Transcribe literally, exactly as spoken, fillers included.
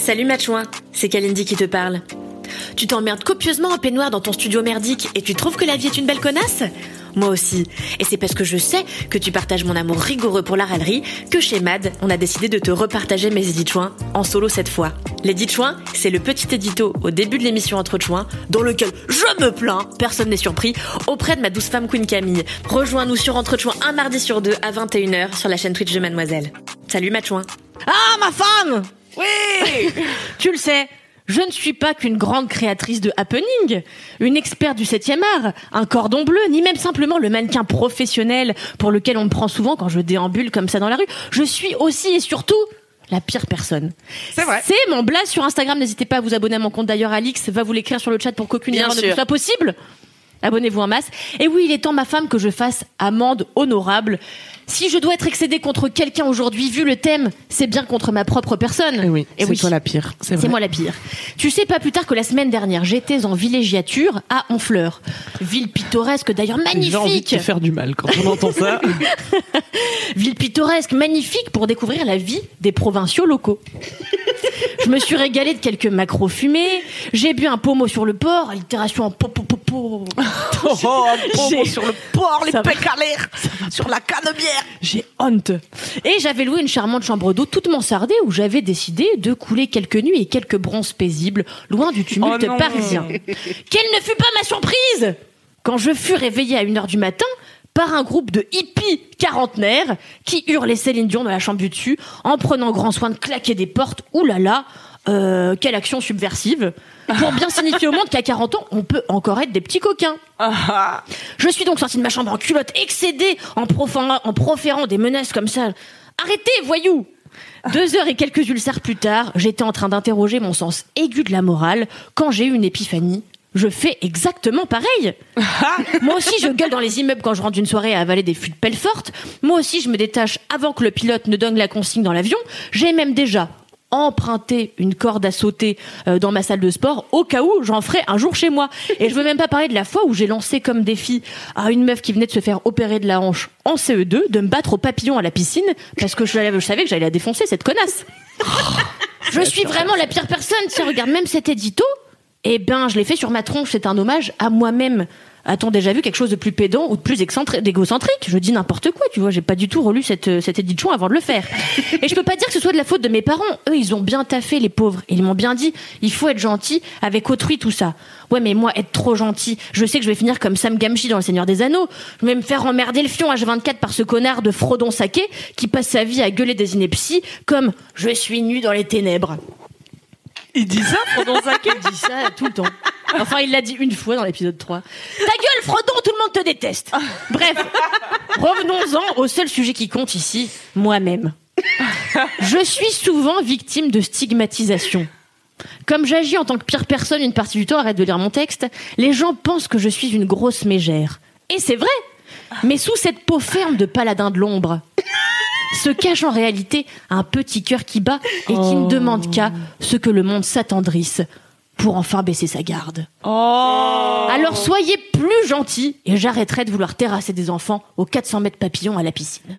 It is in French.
Salut Matchouin, c'est Kalindi qui te parle. Tu t'emmerdes copieusement en peignoir dans ton studio merdique et tu trouves que la vie est une belle connasse ? Moi aussi. Et c'est parce que je sais que tu partages mon amour rigoureux pour la râlerie que chez Mad, on a décidé de te repartager mes édits-chouins, en solo cette fois. L'édit-chouin, c'est le petit édito au début de l'émission Entre Chouins, dans lequel je me plains, personne n'est surpris, auprès de ma douce femme Queen Camille. Rejoins-nous sur Entre Chouins un mardi sur deux à vingt et une heures sur la chaîne Twitch de Mademoiselle. Salut Matchouin. Ah, ma femme! Oui! Tu le sais, je ne suis pas qu'une grande créatrice de happening, une experte du septième art, un cordon bleu, ni même simplement le mannequin professionnel pour lequel on me prend souvent quand je déambule comme ça dans la rue. Je suis aussi et surtout la pire personne. C'est vrai. C'est mon blaze sur Instagram. N'hésitez pas à vous abonner à mon compte d'ailleurs. Alix va vous l'écrire sur le chat pour qu'aucune erreur ne vous soit possible. Abonnez-vous en masse. Et oui, il est temps, ma femme, que je fasse amende honorable. Si je dois être excédée contre quelqu'un aujourd'hui, vu le thème, c'est bien contre ma propre personne. Et oui, Et c'est oui. toi la pire. C'est, c'est moi la pire. Tu sais, pas plus tard que la semaine dernière, j'étais en villégiature à Honfleur. Ville pittoresque, d'ailleurs magnifique. J'ai envie de te faire du mal quand on entend ça. Ville pittoresque, magnifique pour découvrir la vie des provinciaux locaux. Je me suis régalée de quelques macros fumés. J'ai bu un pommeau sur le port, allitération en popo popo. Oh, un pommeau sur le port, les Ça va. pecs à l'air, sur la canebière. J'ai honte. Et j'avais loué une charmante chambre d'eau toute mansardée où j'avais décidé de couler quelques nuits et quelques bronzes paisibles, loin du tumulte Oh non. parisien. Quelle ne fut pas ma surprise quand je fus réveillée à une heure du matin par un groupe de hippies quarantenaires qui hurlaient Céline Dion dans la chambre du dessus en prenant grand soin de claquer des portes. Ouh là là, euh, quelle action subversive. Pour bien signifier au monde qu'à quarante ans, on peut encore être des petits coquins. Ah, Je suis donc sortie de ma chambre en culotte, excédée, en, proférant, en proférant des menaces comme ça. Arrêtez, voyous! Deux heures et quelques ulcères plus tard, j'étais en train d'interroger mon sens aigu de la morale quand j'ai eu une épiphanie. Je fais exactement pareil. Moi aussi, je gueule dans les immeubles quand je rentre d'une soirée à avaler des fûts de pelle forte. Moi aussi, je me détache avant que le pilote ne donne la consigne dans l'avion. J'ai même déjà emprunté une corde à sauter euh, dans ma salle de sport au cas où j'en ferai un jour chez moi. Et je veux même pas parler de la fois où j'ai lancé comme défi à une meuf qui venait de se faire opérer de la hanche en C E deux de me battre au papillon à la piscine parce que je, je savais que j'allais la défoncer, cette connasse. Je suis vraiment la pire personne. Tiens, regarde, même cet édito, eh ben, je l'ai fait sur ma tronche. C'est un hommage à moi-même. A-t-on déjà vu quelque chose de plus pédant ou de plus excentrique, d'égocentrique ? Je dis n'importe quoi, tu vois. J'ai pas du tout relu cette, cette édition avant de le faire. Et je peux pas dire que ce soit de la faute de mes parents. Eux, ils ont bien taffé, les pauvres. Ils m'ont bien dit, il faut être gentil avec autrui, tout ça. Ouais, mais moi, être trop gentil, je sais que je vais finir comme Sam Gamgee dans Le Seigneur des Anneaux. Je vais me faire emmerder le fion H vingt-quatre par ce connard de Frodon Saké qui passe sa vie à gueuler des inepties comme « Je suis nu dans les ténèbres ». il dit ça, Frodon Saké. Il dit ça tout le temps. Enfin, il l'a dit une fois dans l'épisode trois. Ta gueule, Frodon, tout le monde te déteste. Bref, revenons-en au seul sujet qui compte ici, moi-même. Je suis souvent victime de stigmatisation. Comme j'agis en tant que pire personne une partie du temps, arrête de lire mon texte, les gens pensent que je suis une grosse mégère. Et c'est vrai, mais sous cette peau ferme de paladin de l'ombre se cache en réalité un petit cœur qui bat et qui ne demande qu'à ce que le monde s'attendrisse pour enfin baisser sa garde. Oh. Alors soyez plus gentils et j'arrêterai de vouloir terrasser des enfants aux quatre cents mètres papillons à la piscine.